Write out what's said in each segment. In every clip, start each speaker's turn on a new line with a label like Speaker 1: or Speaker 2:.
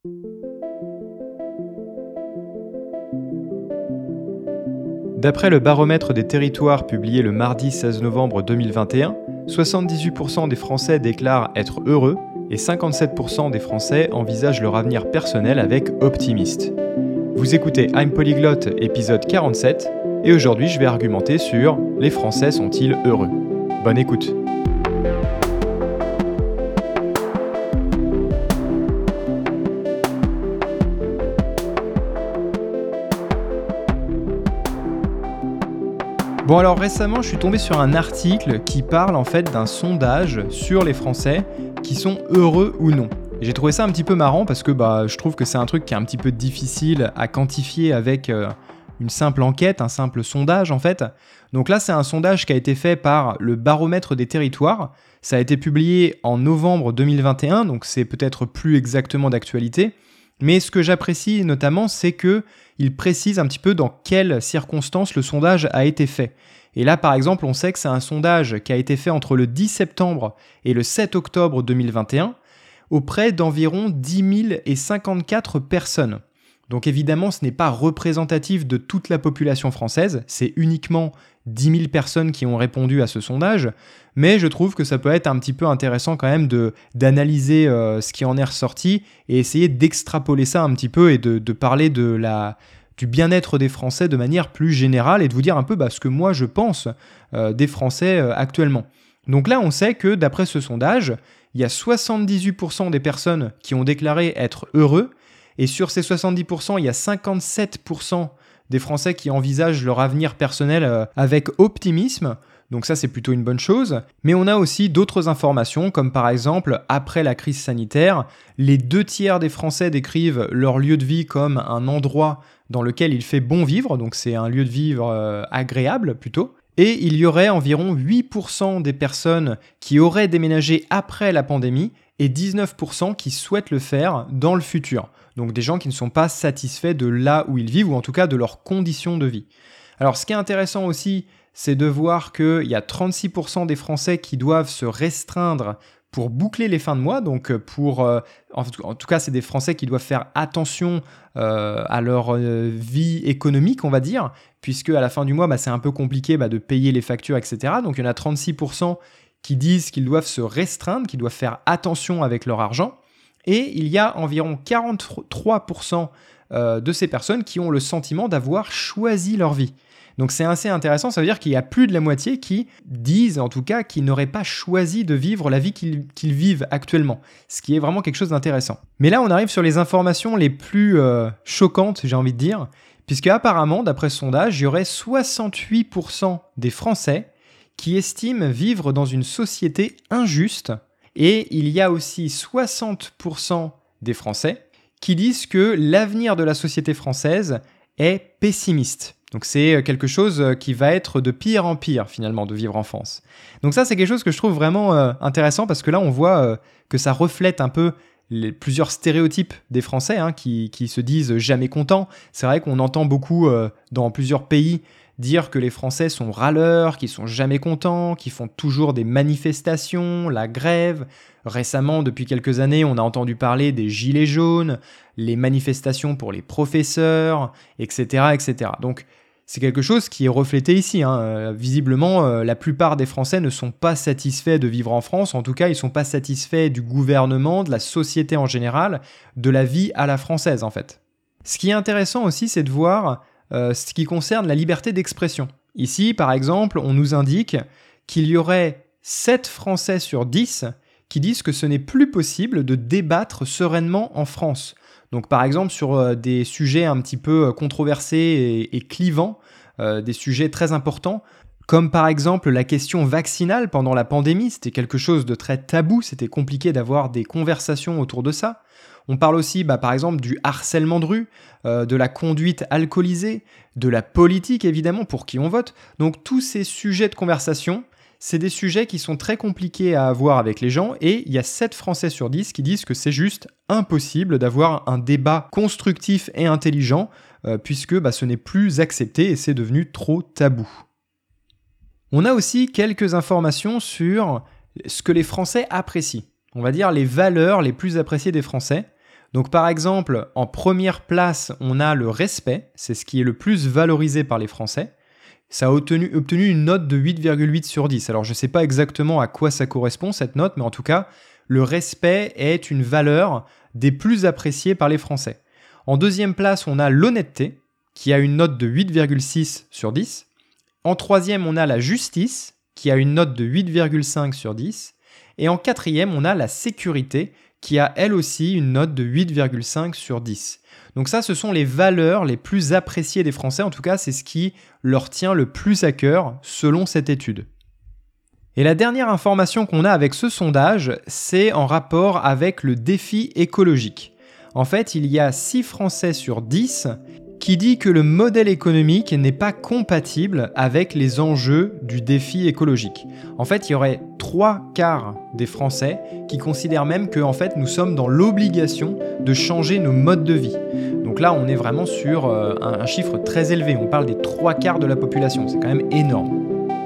Speaker 1: D'après le baromètre des territoires publié le mardi 16 novembre 2021, 78% des Français déclarent être heureux et 57% des Français envisagent leur avenir personnel avec optimiste. Vous écoutez I'm Polyglotte, épisode 47, et aujourd'hui je vais argumenter sur « Les Français sont-ils heureux ?» Bonne écoute. Bon alors récemment je suis tombé sur un article qui parle en fait d'un sondage sur les Français qui sont heureux ou non. Et j'ai trouvé ça un petit peu marrant parce que je trouve que c'est un truc qui est un petit peu difficile à quantifier avec une simple enquête, un simple sondage en fait. Donc là c'est un sondage qui a été fait par le baromètre des territoires. Ça a été publié en novembre 2021, donc c'est peut-être plus exactement d'actualité. Mais ce que j'apprécie notamment, c'est qu'il précise un petit peu dans quelles circonstances le sondage a été fait. Et là, par exemple, on sait que c'est un sondage qui a été fait entre le 10 septembre et le 7 octobre 2021 auprès d'environ 10 054 personnes. Donc évidemment, ce n'est pas représentatif de toute la population française, c'est uniquement 10 000 personnes qui ont répondu à ce sondage, mais je trouve que ça peut être un petit peu intéressant quand même d'analyser ce qui en est ressorti et essayer d'extrapoler ça un petit peu et de parler du bien-être des Français de manière plus générale et de vous dire un peu ce que moi je pense des Français actuellement. Donc là, on sait que d'après ce sondage, il y a 78% des personnes qui ont déclaré être heureux, et sur ces 70%, il y a 57% des Français qui envisagent leur avenir personnel avec optimisme. Donc ça, c'est plutôt une bonne chose. Mais on a aussi d'autres informations, comme par exemple, après la crise sanitaire, les 2/3 des Français décrivent leur lieu de vie comme un endroit dans lequel il fait bon vivre, donc c'est un lieu de vivre agréable plutôt. Et il y aurait environ 8% des personnes qui auraient déménagé après la pandémie et 19% qui souhaitent le faire dans le futur. Donc des gens qui ne sont pas satisfaits de là où ils vivent ou en tout cas de leurs conditions de vie. Alors ce qui est intéressant aussi, c'est de voir qu'il y a 36% des Français qui doivent se restreindre pour boucler les fins de mois, donc en tout cas c'est des Français qui doivent faire attention à leur vie économique, on va dire, puisque à la fin du mois c'est un peu compliqué de payer les factures, etc. Donc il y en a 36% qui disent qu'ils doivent se restreindre, qu'ils doivent faire attention avec leur argent, et il y a environ 43% de ces personnes qui ont le sentiment d'avoir choisi leur vie. Donc c'est assez intéressant, ça veut dire qu'il y a plus de la moitié qui disent en tout cas qu'ils n'auraient pas choisi de vivre la vie qu'ils vivent actuellement, ce qui est vraiment quelque chose d'intéressant. Mais là on arrive sur les informations les plus choquantes, j'ai envie de dire, puisque apparemment d'après ce sondage, il y aurait 68% des Français qui estiment vivre dans une société injuste, et il y a aussi 60% des Français qui disent que l'avenir de la société française est pessimiste. Donc c'est quelque chose qui va être de pire en pire finalement de vivre en France. Donc ça c'est quelque chose que je trouve vraiment intéressant parce que là on voit que ça reflète un peu plusieurs stéréotypes des Français qui se disent jamais contents. C'est vrai qu'on entend beaucoup dans plusieurs pays dire que les Français sont râleurs, qu'ils sont jamais contents, qu'ils font toujours des manifestations, la grève. Récemment, depuis quelques années, on a entendu parler des gilets jaunes, les manifestations pour les professeurs, etc., etc. Donc, c'est quelque chose qui est reflété ici. Visiblement, la plupart des Français ne sont pas satisfaits de vivre en France. En tout cas, ils ne sont pas satisfaits du gouvernement, de la société en général, de la vie à la française, en fait. Ce qui est intéressant aussi, c'est de voir ce qui concerne la liberté d'expression. Ici, par exemple, on nous indique qu'il y aurait 7 Français sur 10 qui disent que ce n'est plus possible de débattre sereinement en France. Donc par exemple sur des sujets un petit peu controversés et clivants, des sujets très importants, comme par exemple la question vaccinale pendant la pandémie, c'était quelque chose de très tabou, c'était compliqué d'avoir des conversations autour de ça. On parle aussi par exemple du harcèlement de rue, de la conduite alcoolisée, de la politique évidemment pour qui on vote. Donc tous ces sujets de conversation, c'est des sujets qui sont très compliqués à avoir avec les gens et il y a 7 Français sur 10 qui disent que c'est juste impossible d'avoir un débat constructif et intelligent puisque ce n'est plus accepté et c'est devenu trop tabou. On a aussi quelques informations sur ce que les Français apprécient. On va dire les valeurs les plus appréciées des Français. Donc par exemple, en première place, on a le respect, c'est ce qui est le plus valorisé par les Français. Ça a obtenu une note de 8,8 sur 10. Alors je ne sais pas exactement à quoi ça correspond cette note, mais en tout cas, le respect est une valeur des plus appréciées par les Français. En deuxième place, on a l'honnêteté, qui a une note de 8,6 sur 10. En troisième, on a la justice, qui a une note de 8,5 sur 10. Et en quatrième, on a la sécurité, qui a elle aussi une note de 8,5 sur 10. Donc ça, ce sont les valeurs les plus appréciées des Français. En tout cas, c'est ce qui leur tient le plus à cœur, selon cette étude. Et la dernière information qu'on a avec ce sondage, c'est en rapport avec le défi écologique. En fait, il y a 6 Français sur 10 qui dit que le modèle économique n'est pas compatible avec les enjeux du défi écologique. En fait, il y aurait 3/4 des Français qui considèrent même que en fait, nous sommes dans l'obligation de changer nos modes de vie. Donc là, on est vraiment sur un chiffre très élevé. On parle des 3/4 de la population. C'est quand même énorme.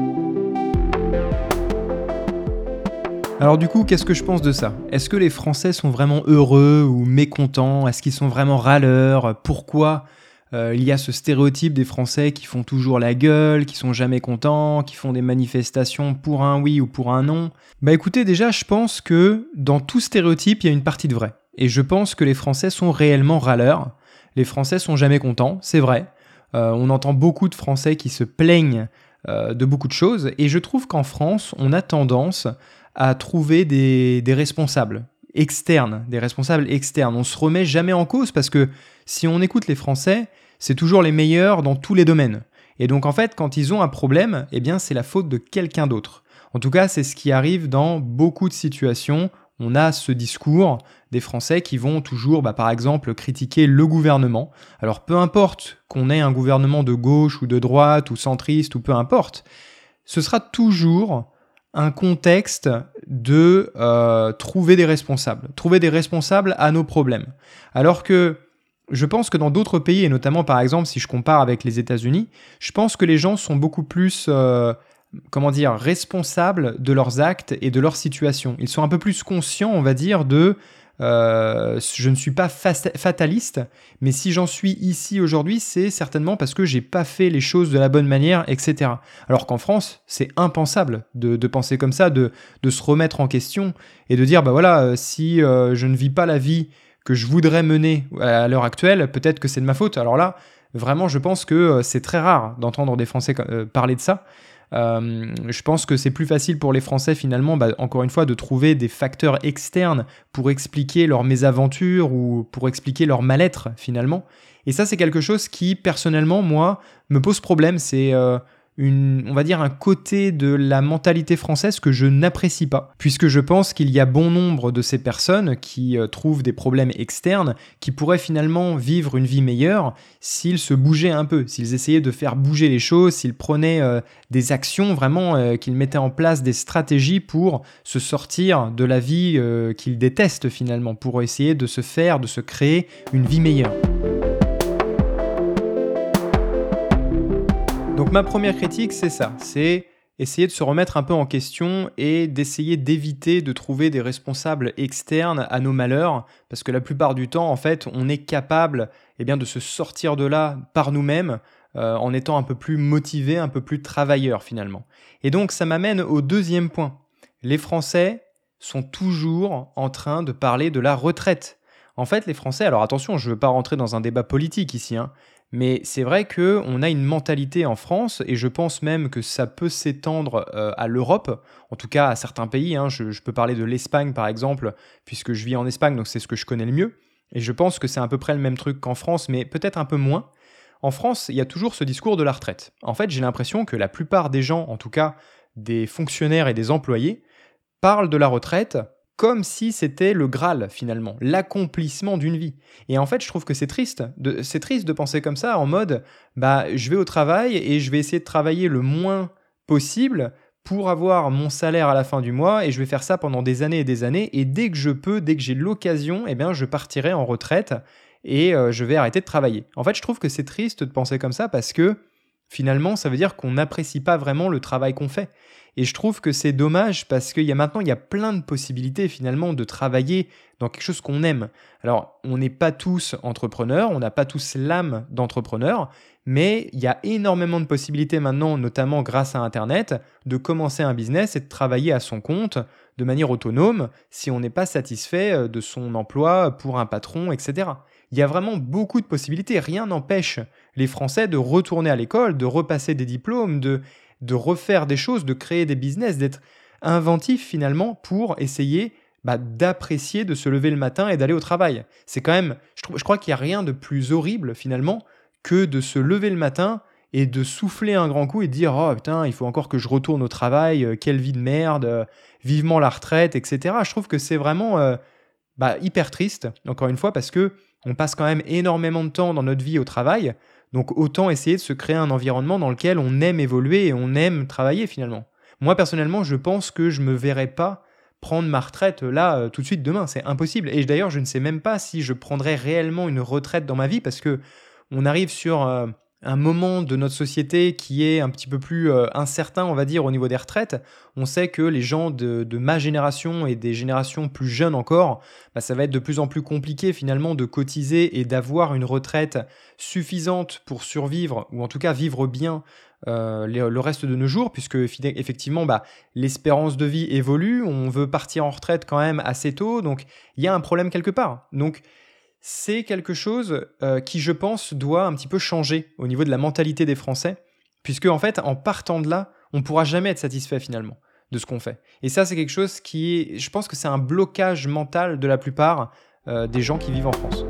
Speaker 1: Alors du coup, qu'est-ce que je pense de ça ? Est-ce que les Français sont vraiment heureux ou mécontents ? Est-ce qu'ils sont vraiment râleurs ? Pourquoi il y a ce stéréotype des Français qui font toujours la gueule, qui sont jamais contents, qui font des manifestations pour un oui ou pour un non ? Bah écoutez, déjà, je pense que dans tout stéréotype, il y a une partie de vrai. Et je pense que les Français sont réellement râleurs. Les Français sont jamais contents, c'est vrai. On entend beaucoup de Français qui se plaignent de beaucoup de choses. Et je trouve qu'en France, on a tendance à trouver des responsables externes, On se remet jamais en cause parce que si on écoute les Français, c'est toujours les meilleurs dans tous les domaines. Et donc en fait, quand ils ont un problème, eh bien c'est la faute de quelqu'un d'autre. En tout cas, c'est ce qui arrive dans beaucoup de situations. On a ce discours des Français qui vont toujours, par exemple, critiquer le gouvernement. Alors peu importe qu'on ait un gouvernement de gauche ou de droite ou centriste ou peu importe, ce sera toujours un contexte de trouver des responsables à nos problèmes. Alors que je pense que dans d'autres pays, et notamment par exemple si je compare avec les États-Unis, je pense que les gens sont beaucoup plus responsables de leurs actes et de leur situation. Ils sont un peu plus conscients, on va dire, de je ne suis pas fataliste, mais si j'en suis ici aujourd'hui, c'est certainement parce que j'ai pas fait les choses de la bonne manière, etc. Alors qu'en France, c'est impensable de penser comme ça, de se remettre en question et de dire, si je ne vis pas la vie que je voudrais mener à l'heure actuelle, peut-être que c'est de ma faute. Alors là, vraiment, je pense que c'est très rare d'entendre des Français parler de ça. Je pense que c'est plus facile pour les Français finalement, encore une fois, de trouver des facteurs externes pour expliquer leur mésaventure ou pour expliquer leur mal-être finalement. Et ça, c'est quelque chose qui, personnellement, moi, me pose problème. C'est on va dire un côté de la mentalité française que je n'apprécie pas, puisque je pense qu'il y a bon nombre de ces personnes qui trouvent des problèmes externes, qui pourraient finalement vivre une vie meilleure s'ils se bougeaient un peu, s'ils essayaient de faire bouger les choses, s'ils prenaient des actions vraiment, qu'ils mettaient en place des stratégies pour se sortir de la vie qu'ils détestent finalement, pour essayer de se créer une vie meilleure. Donc ma première critique, c'est ça, c'est essayer de se remettre un peu en question et d'essayer d'éviter de trouver des responsables externes à nos malheurs, parce que la plupart du temps, en fait, on est capable de se sortir de là par nous-mêmes, en étant un peu plus motivé, un peu plus travailleur finalement. Et donc ça m'amène au deuxième point. Les Français sont toujours en train de parler de la retraite. En fait, les Français, alors attention, je ne veux pas rentrer dans un débat politique ici, mais c'est vrai qu'on a une mentalité en France, et je pense même que ça peut s'étendre à l'Europe, en tout cas à certains pays. Je peux parler de l'Espagne par exemple, puisque je vis en Espagne, donc c'est ce que je connais le mieux. Et je pense que c'est à peu près le même truc qu'en France, mais peut-être un peu moins. En France, il y a toujours ce discours de la retraite. En fait, j'ai l'impression que la plupart des gens, en tout cas des fonctionnaires et des employés, parlent de la retraite comme si c'était le Graal, finalement, l'accomplissement d'une vie. Et en fait, je trouve que c'est triste de penser comme ça, en mode, je vais au travail et je vais essayer de travailler le moins possible pour avoir mon salaire à la fin du mois, et je vais faire ça pendant des années, et dès que je peux, dès que j'ai l'occasion, je partirai en retraite et je vais arrêter de travailler. En fait, je trouve que c'est triste de penser comme ça parce que finalement, ça veut dire qu'on n'apprécie pas vraiment le travail qu'on fait. Et je trouve que c'est dommage parce qu'il y a maintenant, il y a plein de possibilités finalement de travailler dans quelque chose qu'on aime. Alors, on n'est pas tous entrepreneurs, on n'a pas tous l'âme d'entrepreneur, mais il y a énormément de possibilités maintenant, notamment grâce à Internet, de commencer un business et de travailler à son compte de manière autonome si on n'est pas satisfait de son emploi pour un patron, etc. Il y a vraiment beaucoup de possibilités. Rien n'empêche les Français de retourner à l'école, de repasser des diplômes, de refaire des choses, de créer des business, d'être inventif finalement pour essayer d'apprécier de se lever le matin et d'aller au travail. C'est quand même, je crois qu'il n'y a rien de plus horrible finalement que de se lever le matin et de souffler un grand coup et de dire «Oh putain, il faut encore que je retourne au travail, quelle vie de merde, vivement la retraite, etc.» Je trouve que c'est vraiment hyper triste, encore une fois, parce que on passe quand même énormément de temps dans notre vie au travail, donc autant essayer de se créer un environnement dans lequel on aime évoluer et on aime travailler finalement. Moi personnellement, je pense que je me verrais pas prendre ma retraite là tout de suite demain, c'est impossible. Et d'ailleurs, je ne sais même pas si je prendrais réellement une retraite dans ma vie parce que on arrive sur un moment de notre société qui est un petit peu plus incertain, on va dire, au niveau des retraites. On sait que les gens de ma génération et des générations plus jeunes encore, ça va être de plus en plus compliqué finalement de cotiser et d'avoir une retraite suffisante pour survivre, ou en tout cas vivre bien le reste de nos jours, puisque effectivement l'espérance de vie évolue, on veut partir en retraite quand même assez tôt, donc il y a un problème quelque part. Donc c'est quelque chose qui, je pense, doit un petit peu changer au niveau de la mentalité des Français, puisque en fait, en partant de là, on ne pourra jamais être satisfait finalement de ce qu'on fait. Et ça, c'est quelque chose qui est, je pense que c'est un blocage mental de la plupart des gens qui vivent en France.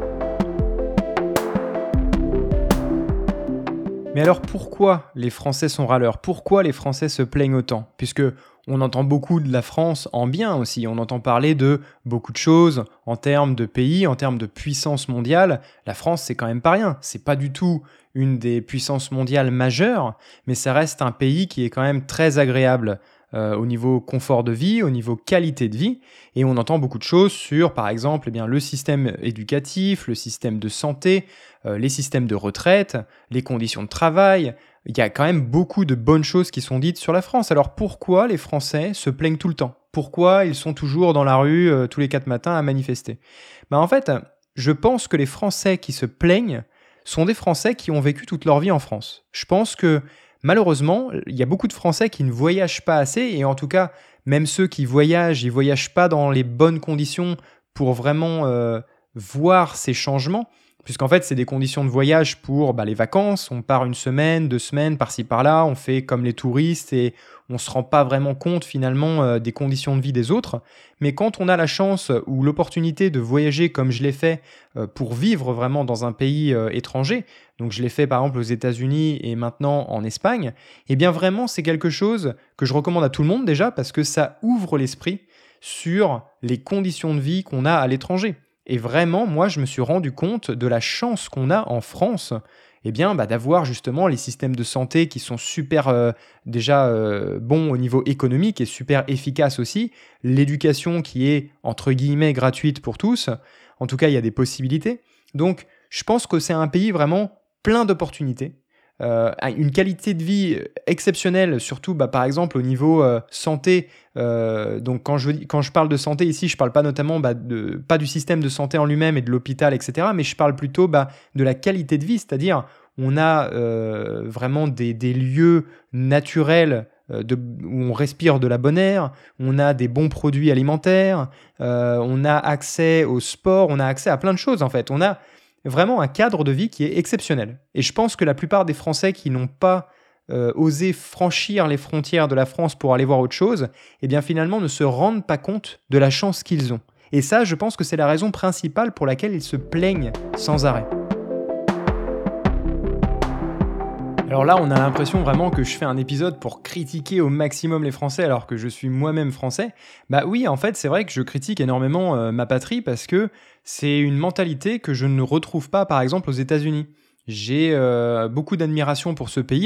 Speaker 1: Mais alors pourquoi les Français sont râleurs? Pourquoi les Français se plaignent autant? Puisque on entend beaucoup de la France en bien aussi, on entend parler de beaucoup de choses en termes de pays, en termes de puissance mondiale. La France, c'est quand même pas rien, c'est pas du tout une des puissances mondiales majeures, mais ça reste un pays qui est quand même très agréable au niveau confort de vie, au niveau qualité de vie, et on entend beaucoup de choses sur, par exemple, le système éducatif, le système de santé, les systèmes de retraite, les conditions de travail. Il y a quand même beaucoup de bonnes choses qui sont dites sur la France. Alors pourquoi les Français se plaignent tout le temps? Pourquoi ils sont toujours dans la rue tous les 4 matins à manifester? En fait, je pense que les Français qui se plaignent sont des Français qui ont vécu toute leur vie en France. Je pense que malheureusement, il y a beaucoup de Français qui ne voyagent pas assez, et en tout cas, même ceux qui voyagent, ils voyagent pas dans les bonnes conditions pour vraiment voir ces changements, puisqu'en fait, c'est des conditions de voyage pour les vacances. On part 1 semaine, 2 semaines, par-ci par-là, on fait comme les touristes et on se rend pas vraiment compte finalement des conditions de vie des autres. Mais quand on a la chance ou l'opportunité de voyager comme je l'ai fait pour vivre vraiment dans un pays étranger, donc je l'ai fait par exemple aux États-Unis et maintenant en Espagne, eh bien vraiment c'est quelque chose que je recommande à tout le monde déjà parce que ça ouvre l'esprit sur les conditions de vie qu'on a à l'étranger. Et vraiment, moi, je me suis rendu compte de la chance qu'on a en France d'avoir justement les systèmes de santé qui sont super bons au niveau économique et super efficaces aussi. L'éducation qui est, entre guillemets, gratuite pour tous. En tout cas, il y a des possibilités. Donc, je pense que c'est un pays vraiment plein d'opportunités. Une qualité de vie exceptionnelle, surtout par exemple au niveau santé. Donc quand je parle de santé ici, je parle pas notamment pas du système de santé en lui-même et de l'hôpital, etc. Mais je parle plutôt de la qualité de vie, c'est-à-dire on a vraiment des lieux naturels où on respire de la bonne air, on a des bons produits alimentaires, on a accès au sport, on a accès à plein de choses en fait. On a vraiment un cadre de vie qui est exceptionnel. Et je pense que la plupart des Français qui n'ont pas osé franchir les frontières de la France pour aller voir autre chose, finalement ne se rendent pas compte de la chance qu'ils ont. Et ça, je pense que c'est la raison principale pour laquelle ils se plaignent sans arrêt. Alors là, on a l'impression vraiment que je fais un épisode pour critiquer au maximum les Français alors que je suis moi-même français. Oui, en fait, c'est vrai que je critique énormément ma patrie parce que c'est une mentalité que je ne retrouve pas, par exemple, aux États-Unis. J'ai beaucoup d'admiration pour ce pays. Alors,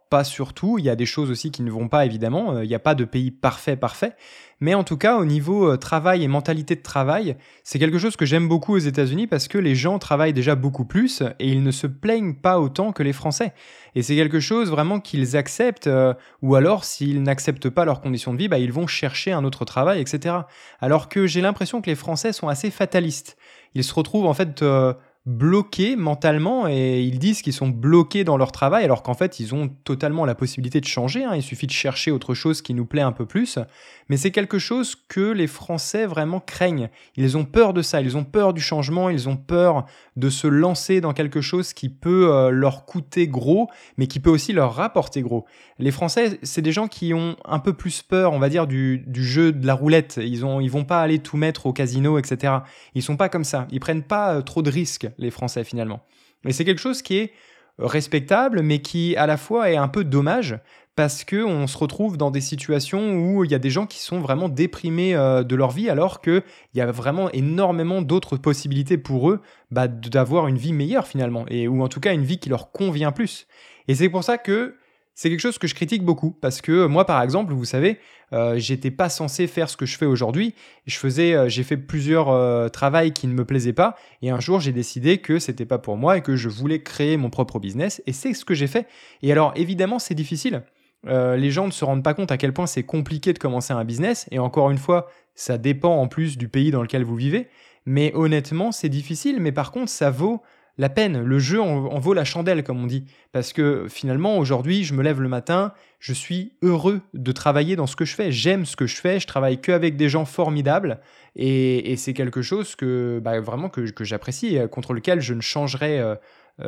Speaker 1: pas sur tout, il y a des choses aussi qui ne vont pas évidemment, il n'y a pas de pays parfait, mais en tout cas au niveau travail et mentalité de travail, c'est quelque chose que j'aime beaucoup aux États-Unis parce que les gens travaillent déjà beaucoup plus et ils ne se plaignent pas autant que les Français. Et c'est quelque chose vraiment qu'ils acceptent, ou alors s'ils n'acceptent pas leurs conditions de vie, ils vont chercher un autre travail, etc. Alors que j'ai l'impression que les Français sont assez fatalistes. Ils se retrouvent en fait bloqués mentalement et ils disent qu'ils sont bloqués dans leur travail alors qu'en fait ils ont totalement la possibilité de changer, il suffit de chercher autre chose qui nous plaît un peu plus, mais c'est quelque chose que les Français vraiment craignent. Ils ont peur de ça, ils ont peur du changement, ils ont peur de se lancer dans quelque chose qui peut leur coûter gros mais qui peut aussi leur rapporter gros. Les Français, c'est des gens qui ont un peu plus peur, on va dire, du jeu de la roulette. Ils vont pas aller tout mettre au casino, etc. Ils sont pas comme ça. Ils prennent pas trop de risques, les Français, finalement. Et c'est quelque chose qui est respectable, mais qui, à la fois, est un peu dommage parce qu'on se retrouve dans des situations où il y a des gens qui sont vraiment déprimés de leur vie, alors qu'il y a vraiment énormément d'autres possibilités pour eux d'avoir une vie meilleure, finalement, ou en tout cas une vie qui leur convient plus. Et c'est pour ça que c'est quelque chose que je critique beaucoup parce que moi, par exemple, vous savez, j'étais pas censé faire ce que je fais aujourd'hui. J'ai fait plusieurs travails qui ne me plaisaient pas et un jour, j'ai décidé que c'était pas pour moi et que je voulais créer mon propre business et c'est ce que j'ai fait. Et alors, évidemment, c'est difficile. Les gens ne se rendent pas compte à quel point c'est compliqué de commencer un business et encore une fois, ça dépend en plus du pays dans lequel vous vivez. Mais honnêtement, c'est difficile, mais par contre, ça vaut la peine. Le jeu en vaut la chandelle, comme on dit. Parce que finalement, aujourd'hui, je me lève le matin, je suis heureux de travailler dans ce que je fais. J'aime ce que je fais, je travaille qu'avec des gens formidables. Et c'est quelque chose vraiment que j'apprécie, contre lequel je changerais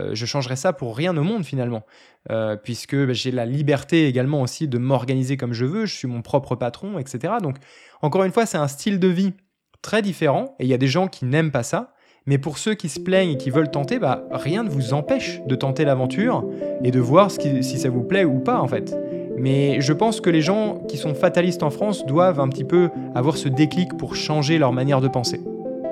Speaker 1: ça pour rien au monde finalement. Puisque j'ai la liberté également aussi de m'organiser comme je veux, je suis mon propre patron, etc. Donc, encore une fois, c'est un style de vie très différent. Et il y a des gens qui n'aiment pas ça. Mais pour ceux qui se plaignent et qui veulent tenter, rien ne vous empêche de tenter l'aventure et de voir si ça vous plaît ou pas en fait. Mais je pense que les gens qui sont fatalistes en France doivent un petit peu avoir ce déclic pour changer leur manière de penser.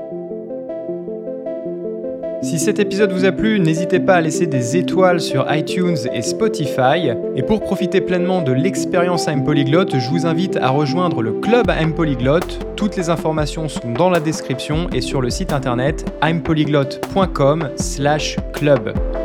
Speaker 1: Si cet épisode vous a plu, n'hésitez pas à laisser des étoiles sur iTunes et Spotify. Et pour profiter pleinement de l'expérience I'm Polyglot, je vous invite à rejoindre le club I'm Polyglot. Toutes les informations sont dans la description et sur le site internet impolyglot.com/club.